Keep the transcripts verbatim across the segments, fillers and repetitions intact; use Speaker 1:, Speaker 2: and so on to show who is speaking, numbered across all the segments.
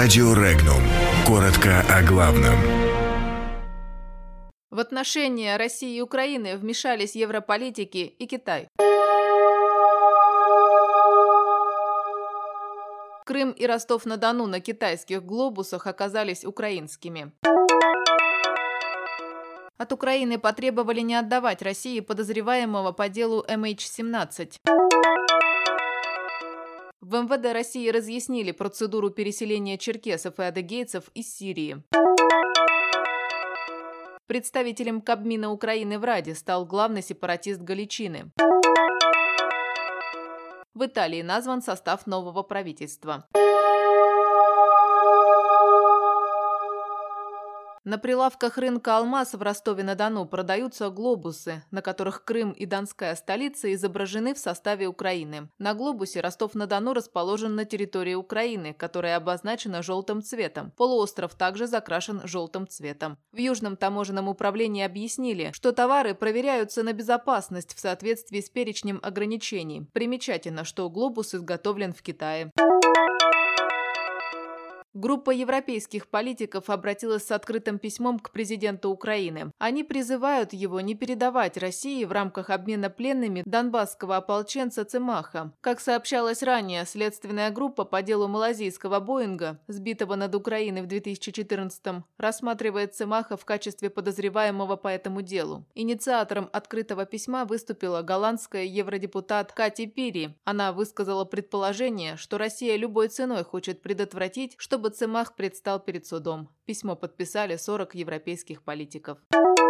Speaker 1: Радио Регнум. Коротко о главном.
Speaker 2: В отношения России и Украины вмешались европолитики и Китай. Крым и Ростов-на-Дону на китайских глобусах оказались украинскими. От Украины потребовали не отдавать России подозреваемого по делу эм эйч семнадцать. В эм вэ дэ России разъяснили процедуру переселения черкесов и адыгейцев из Сирии. Представителем Кабмина Украины в Раде стал главный сепаратист Галичины. В Италии назван состав нового правительства. На прилавках рынка «Алмаз» в Ростове-на-Дону продаются глобусы, на которых Крым и Донская столица изображены в составе Украины. На глобусе Ростов-на-Дону расположен на территории Украины, которая обозначена желтым цветом. Полуостров также закрашен желтым цветом. В Южном таможенном управлении объяснили, что товары проверяются на безопасность в соответствии с перечнем ограничений. Примечательно, что глобус изготовлен в Китае. Группа европейских политиков обратилась с открытым письмом к президенту Украины. Они призывают его не передавать России в рамках обмена пленными донбасского ополченца Цемаха. Как сообщалось ранее, следственная группа по делу малазийского Боинга, сбитого над Украиной в две тысячи четырнадцатом, рассматривает Цемаха в качестве подозреваемого по этому делу. Инициатором открытого письма выступила голландская евродепутат Кати Пири. Она высказала предположение, что Россия любой ценой хочет предотвратить, чтобы Цемах предстал перед судом. Письмо подписали сорок европейских политиков.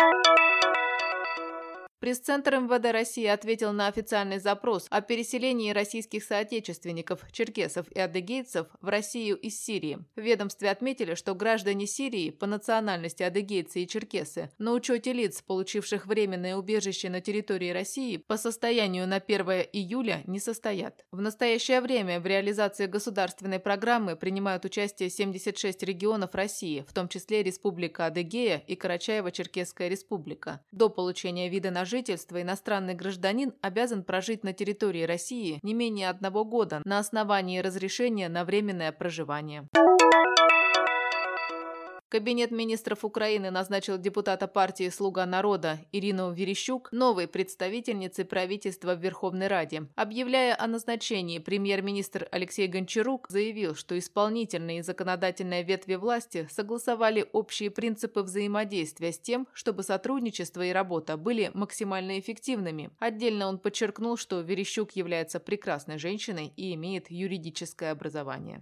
Speaker 2: Пресс-центр эм вэ дэ России ответил на официальный запрос о переселении российских соотечественников, черкесов и адыгейцев в Россию из Сирии. В ведомстве отметили, что граждане Сирии по национальности адыгейцы и черкесы на учете лиц, получивших временное убежище на территории России, по состоянию на первое июля не состоят. В настоящее время в реализации государственной программы принимают участие семьдесят шесть регионов России, в том числе Республика Адыгея и Карачаево-Черкесская республика. До получения вида на жительство иностранный гражданин обязан прожить на территории России не менее одного года на основании разрешения на временное проживание. Кабинет министров Украины назначил депутата партии «Слуга народа» Ирину Верещук новой представительницей правительства в Верховной Раде. Объявляя о назначении, премьер-министр Алексей Гончарук заявил, что исполнительная и законодательная ветви власти согласовали общие принципы взаимодействия с тем, чтобы сотрудничество и работа были максимально эффективными. Отдельно он подчеркнул, что Верещук является прекрасной женщиной и имеет юридическое образование.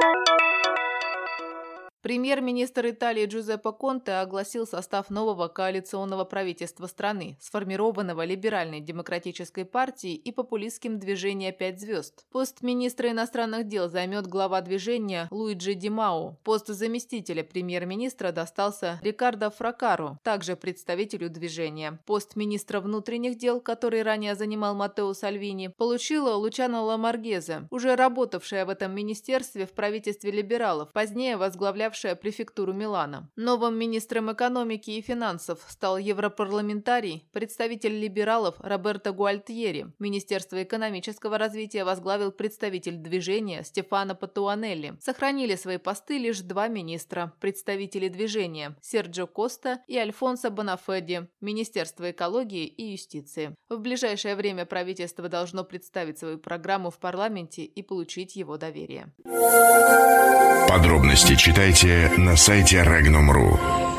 Speaker 2: Премьер-министр Италии Джузеппе Конте огласил состав нового коалиционного правительства страны, сформированного либеральной демократической партией и популистским движением «Пять звезд». Пост министра иностранных дел займет глава движения Луиджи Ди Мао. Пост заместителя премьер-министра достался Рикардо Фракаро, также представителю движения. Пост министра внутренних дел, который ранее занимал Маттео Сальвини, получила Лучано Ламоргезе, уже работавшая в этом министерстве в правительстве либералов, позднее возглавлявшая префектуру Милана. Новым министром экономики и финансов стал европарламентарий, представитель либералов Роберто Гуальтьери. Министерство экономического развития возглавил представитель движения Стефано Патуанелли. Сохранили свои посты лишь два министра, представители движения Серджио Коста и Альфонсо Бонафеди, Министерство экологии и юстиции. В ближайшее время правительство должно представить свою программу в парламенте и получить его доверие.
Speaker 1: Подробности читайте на сайте регнум точка ру.